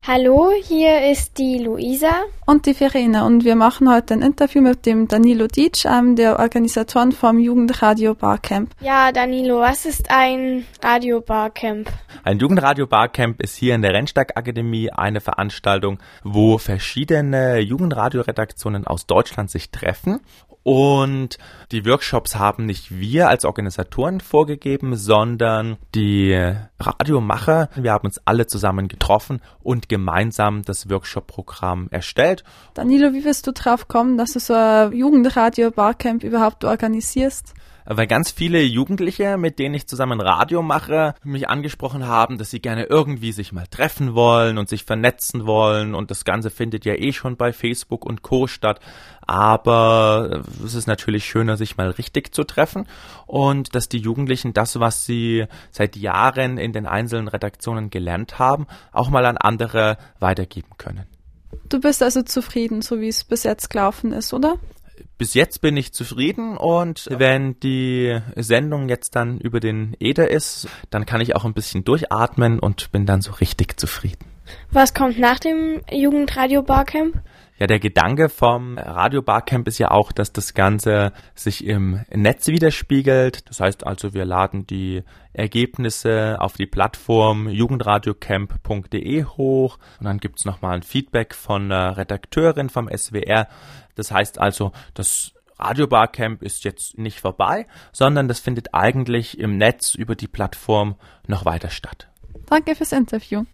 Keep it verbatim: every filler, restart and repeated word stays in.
Hallo, hier ist die Luisa. Und die Verena. Und wir machen heute ein Interview mit dem Danilo Dietsch, einem der Organisatoren vom Jugendradio Barcamp. Ja, Danilo, was ist ein Radio Barcamp? Ein Jugendradio Barcamp ist hier in der Rennsteig-Akademie eine Veranstaltung, wo verschiedene Jugendradioredaktionen aus Deutschland sich treffen. Und die Workshops haben nicht wir als Organisatoren vorgegeben, sondern die Radiomacher. Wir haben uns alle zusammen getroffen und gemeinsam das Workshop-Programm erstellt. Danilo, wie wirst du drauf kommen, dass du so ein Jugendradio-Barcamp überhaupt organisierst? Weil ganz viele Jugendliche, mit denen ich zusammen Radio mache, mich angesprochen haben, dass sie gerne irgendwie sich mal treffen wollen und sich vernetzen wollen, und das Ganze findet ja eh schon bei Facebook und Co. statt, aber es ist natürlich schöner, sich mal richtig zu treffen und dass die Jugendlichen das, was sie seit Jahren in den einzelnen Redaktionen gelernt haben, auch mal an andere weitergeben können. Du bist also zufrieden, so wie es bis jetzt gelaufen ist, oder? Bis jetzt bin ich zufrieden, und wenn die Sendung jetzt dann über den Äther ist, dann kann ich auch ein bisschen durchatmen und bin dann so richtig zufrieden. Was kommt nach dem Jugendradio Barcamp? Ja, der Gedanke vom Radio Barcamp ist ja auch, dass das Ganze sich im Netz widerspiegelt. Das heißt also, wir laden die Ergebnisse auf die Plattform jugendradiocamp punkt de hoch, und dann gibt's nochmal ein Feedback von der Redakteurin vom S W R. Das heißt also, das Radio Barcamp ist jetzt nicht vorbei, sondern das findet eigentlich im Netz über die Plattform noch weiter statt. Danke fürs Interview.